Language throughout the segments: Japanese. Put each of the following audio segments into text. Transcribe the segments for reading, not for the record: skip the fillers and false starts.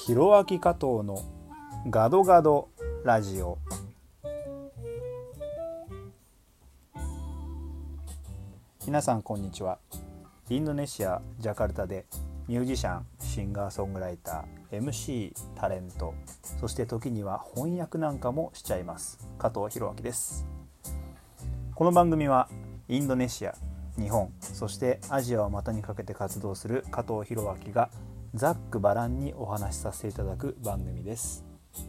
ひろあき加藤のガドガドラジオ。皆さんこんにちは。インドネシアジャカルタでミュージシャン、シンガーソングライター、MC、タレント、そして時には翻訳なんかもしちゃいます加藤ひろあきです。この番組はインドネシア、日本、そしてアジアを股にかけて活動する加藤ひろあきがざっくばらんにお話しさせていただく番組です。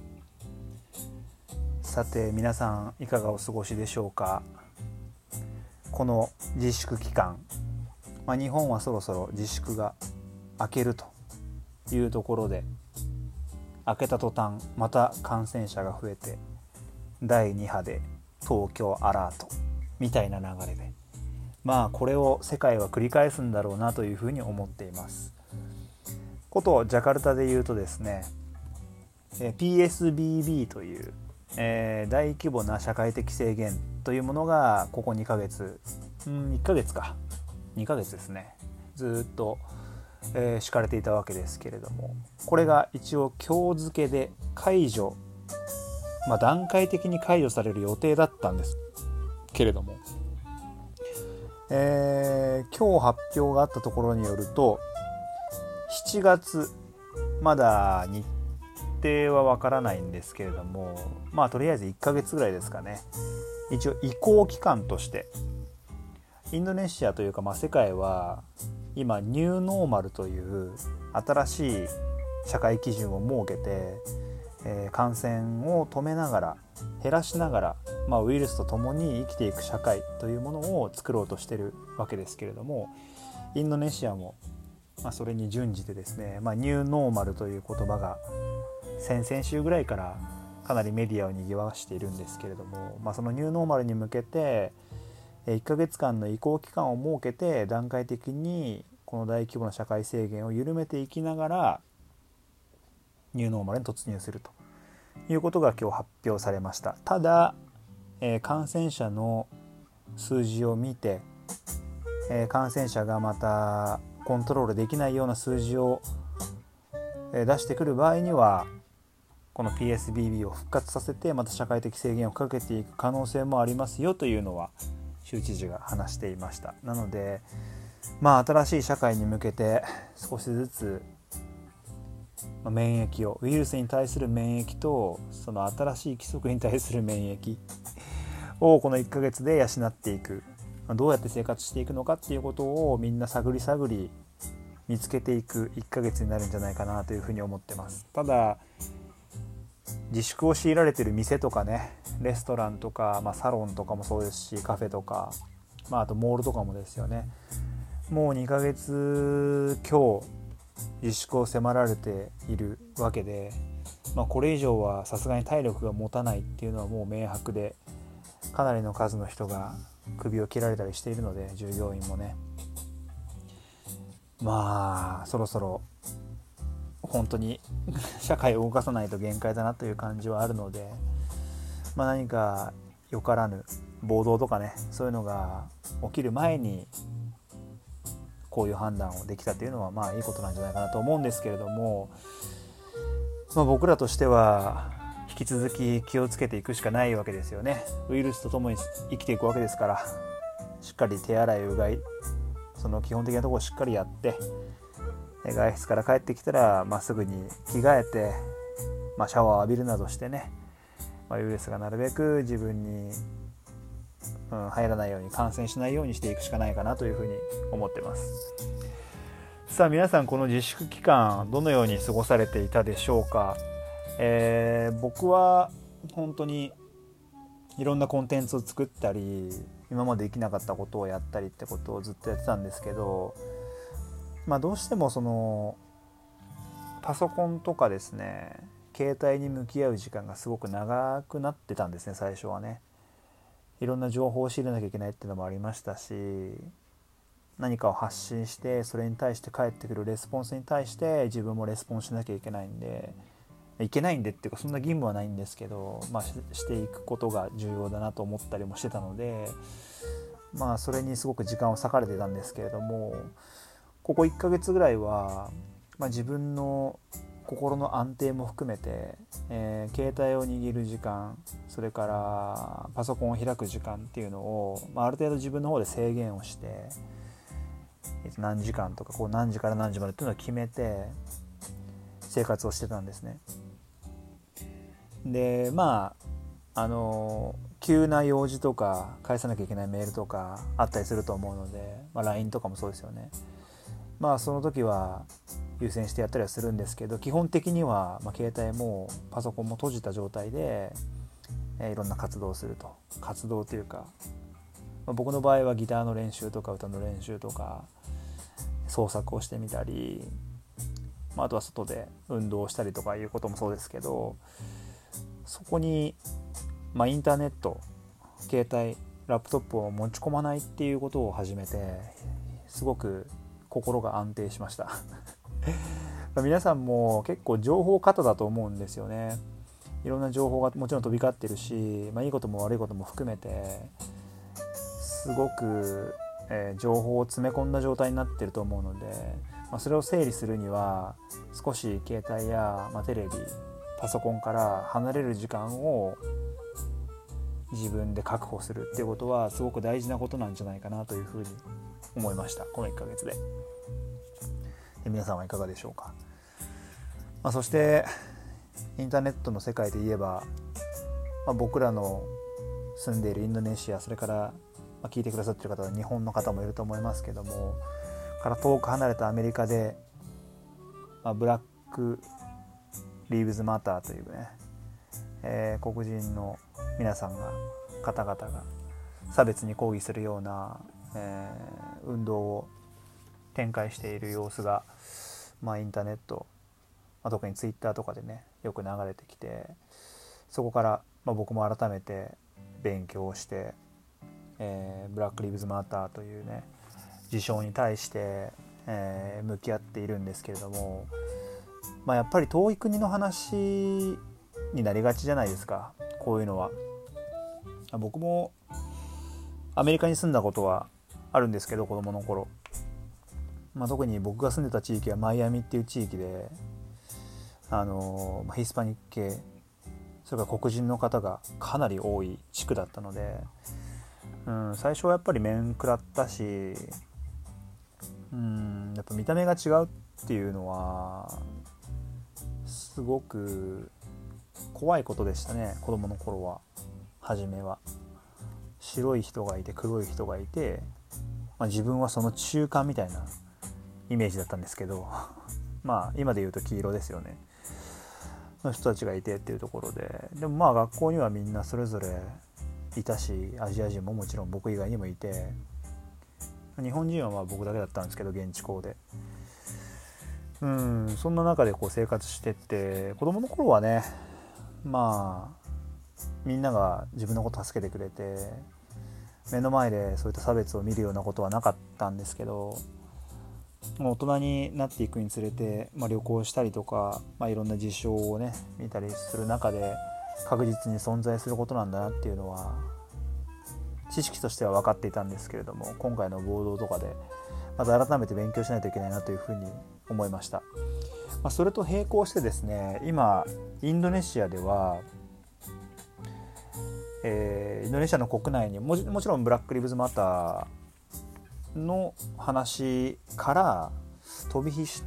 さて皆さんいかがお過ごしでしょうか。この自粛期間、日本はそろそろ自粛が明けるというところで、明けた途端また感染者が増えて第2波で東京アラートみたいな流れで、これを世界は繰り返すんだろうなというふうに思っています。ことジャカルタでいうとですね、PSBB という、大規模な社会的制限というものがここ2ヶ月、1ヶ月か2ヶ月ですね、ずっと、敷かれていたわけですけれども、これが一応今日付で解除、段階的に解除される予定だったんですけれども、今日発表があったところによると7月、まだ日程はわからないんですけれども、とりあえず1ヶ月ぐらいですかね、一応移行期間としてインドネシアというか、世界は今ニューノーマルという新しい社会基準を設けて、感染を止めながら減らしながら、ウイルスと共に生きていく社会というものを作ろうとしているわけですけれども、インドネシアもそれに準じてですね、ニューノーマルという言葉が先々週ぐらいからかなりメディアを賑わしているんですけれども、そのニューノーマルに向けて1ヶ月間の移行期間を設けて、段階的にこの大規模な社会制限を緩めていきながらニューノーマルに突入するということが今日発表されました。ただ、感染者の数字を見て、感染者がまたコントロールできないような数字を出してくる場合には、この PSBB を復活させてまた社会的制限をかけていく可能性もありますよというのは州知事が話していました。なので、新しい社会に向けて少しずつ免疫を、ウイルスに対する免疫とその新しい規則に対する免疫をこの1ヶ月で養っていく、どうやって生活していくのかっていうことをみんな探り探り見つけていく1ヶ月になるんじゃないかなというふうに思ってます。ただ自粛を強いられている店とかね、レストランとか、サロンとかもそうですし、カフェとか、あとモールとかもですよね。もう2ヶ月今日自粛を迫られているわけで、これ以上はさすがに体力が持たないっていうのはもう明白で、かなりの数の人が首を切られたりしているので、従業員もね、そろそろ本当に社会を動かさないと限界だなという感じはあるので、何かよからぬ暴動とかね、そういうのが起きる前にこういう判断をできたというのはいいことなんじゃないかなと思うんですけれども、僕らとしては引き続き気をつけていくしかないわけですよね。ウイルスと共に生きていくわけですから、しっかり手洗い、うがい、その基本的なところをしっかりやって、外出から帰ってきたら、すぐに着替えて、シャワーを浴びるなどしてね、ウイルスがなるべく自分に、入らないように、感染しないようにしていくしかないかなというふうに思ってます。さあ皆さん、この自粛期間どのように過ごされていたでしょうか。僕は本当にいろんなコンテンツを作ったり、今までできなかったことをやったりってことをずっとやってたんですけど、どうしてもそのパソコンとかですね、携帯に向き合う時間がすごく長くなってたんですね。最初はね、いろんな情報を仕入れなきゃいけないっていうのもありましたし、何かを発信してそれに対して返ってくるレスポンスに対して自分もレスポンスしなきゃいけないんで、っていうかそんな義務はないんですけど、していくことが重要だなと思ったりもしてたので、それにすごく時間を割かれていたんですけれども、ここ1ヶ月ぐらいは、自分の心の安定も含めて、携帯を握る時間、それからパソコンを開く時間っていうのを、ある程度自分の方で制限をして、何時間とか何時から何時までっていうのを決めて生活をしてたんですね。で急な用事とか返さなきゃいけないメールとかあったりすると思うので、LINE とかもそうですよね。その時は優先してやったりはするんですけど、基本的には、携帯もパソコンも閉じた状態で、いろんな活動をすると。活動というか、僕の場合はギターの練習とか歌の練習とか創作をしてみたり、あとは外で運動をしたりとかいうこともそうですけど、そこに、インターネット、携帯、ラップトップを持ち込まないっていうことを始めて、すごく心が安定しました皆さんも結構情報過多だと思うんですよね。いろんな情報がもちろん飛び交ってるし、いいことも悪いことも含めてすごく、情報を詰め込んだ状態になってると思うので、それを整理するには少し携帯や、テレビ、パソコンから離れる時間を自分で確保するっていうことはすごく大事なことなんじゃないかなというふうに思いました、この1ヶ月で。皆さんはいかがでしょうか。そしてインターネットの世界で言えば、僕らの住んでいるインドネシア、それから聞いてくださっている方は日本の方もいると思いますけども、から遠く離れたアメリカで、ブラックリーブズマターというね、黒人の皆さんが方々が差別に抗議するような、運動を展開している様子が、インターネット、特にツイッターとかでねよく流れてきて、そこから、僕も改めて勉強して、ブラックリーブズマターというね事象に対して、向き合っているんですけれども、やっぱり遠い国の話になりがちじゃないですか、こういうのは。僕もアメリカに住んだことはあるんですけど、子供の頃、特に僕が住んでた地域はマイアミっていう地域で、ヒスパニック系、それから黒人の方がかなり多い地区だったので、最初はやっぱり面食らったし、やっぱ見た目が違うっていうのはすごく怖いことでしたね、子供の頃は。初めは白い人がいて黒い人がいて、自分はその中間みたいなイメージだったんですけど今で言うと黄色ですよねの人たちがいてっていうところで、でも学校にはみんなそれぞれいたし、アジア人ももちろん僕以外にもいて、日本人は僕だけだったんですけど、現地校で。そんな中で生活してって、子供の頃はね、みんなが自分のことを助けてくれて、目の前でそういった差別を見るようなことはなかったんですけど、大人になっていくにつれて、旅行したりとか、いろんな事象をね見たりする中で確実に存在することなんだなっていうのは知識としては分かっていたんですけれども、今回の暴動とかでまた改めて勉強しないといけないなというふうに思いました。それと並行してですね、今インドネシアでは、インドネシアの国内に もちろんブラックリブズマターの話から飛び火して、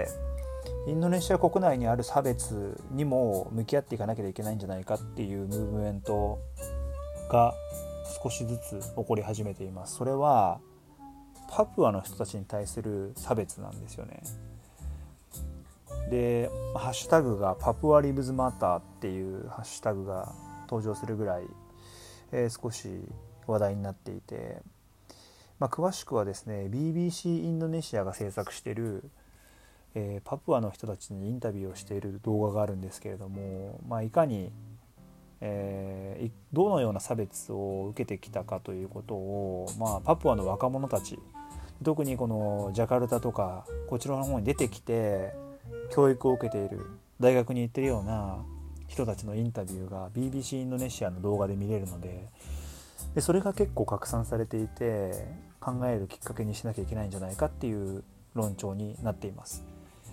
インドネシア国内にある差別にも向き合っていかなきゃいけないんじゃないかっていうムーブメントが少しずつ起こり始めています。それはパプアの人たちに対する差別なんですよね。で、ハッシュタグがパプアリブズマターっていうハッシュタグが登場するぐらい、少し話題になっていて、詳しくはですね BBC インドネシアが制作している、パプアの人たちにインタビューをしている動画があるんですけれども、いかに、どのような差別を受けてきたかということを、パプアの若者たち、特にこのジャカルタとかこちらの方に出てきて教育を受けている、大学に行っているような人たちのインタビューが BBC インドネシアの動画で見れるので、それが結構拡散されていて、考えるきっかけにしなきゃいけないんじゃないかっていう論調になっています。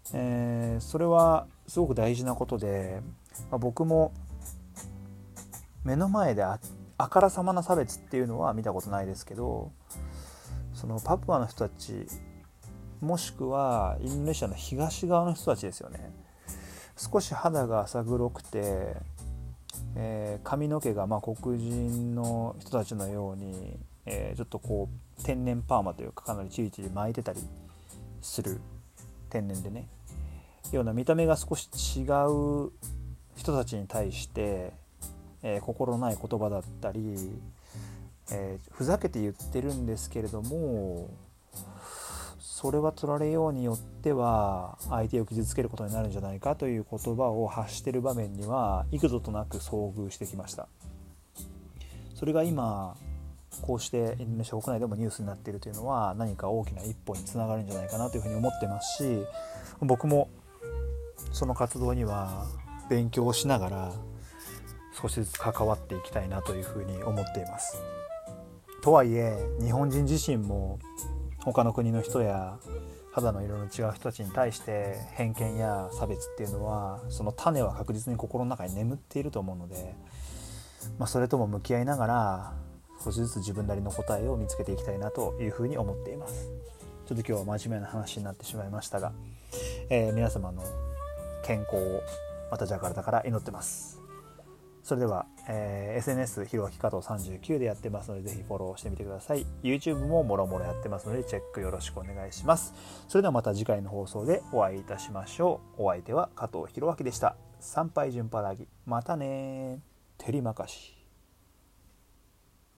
それはすごく大事なことで、僕も目の前であからさまな差別っていうのは見たことないですけど、そのパプアの人たちもしくはインドネシアの東側の人たちですよね。少し肌が浅黒くて、髪の毛が黒人の人たちのように、ちょっとこう天然パーマというかかなりチリチリ巻いてたりする、天然でねような見た目が少し違う人たちに対して、心ない言葉だったり、ふざけて言ってるんですけれども、それは取られようによっては相手を傷つけることになるんじゃないかという言葉を発している場面には幾度となく遭遇してきました。それが今こうしてインドネシア国内でもニュースになっているというのは何か大きな一歩につながるんじゃないかなというふうに思ってますし、僕もその活動には勉強をしながら少しずつ関わっていきたいなというふうに思っています。とはいえ日本人自身も他の国の人や肌の色の違う人たちに対して偏見や差別っていうのは、その種は確実に心の中に眠っていると思うので、それとも向き合いながら少しずつ自分なりの答えを見つけていきたいなというふうに思っています。ちょっと今日は真面目な話になってしまいましたが、皆様の健康をまたジャカルタから祈ってます。それでは、SNS ひろあき加藤39でやってますので、ぜひフォローしてみてください。 YouTube ももろもろやってますのでチェックよろしくお願いします。それではまた次回の放送でお会いいたしましょう。お相手は加藤ひろあきでした。参拝順パラギ、またね、テリマカシ。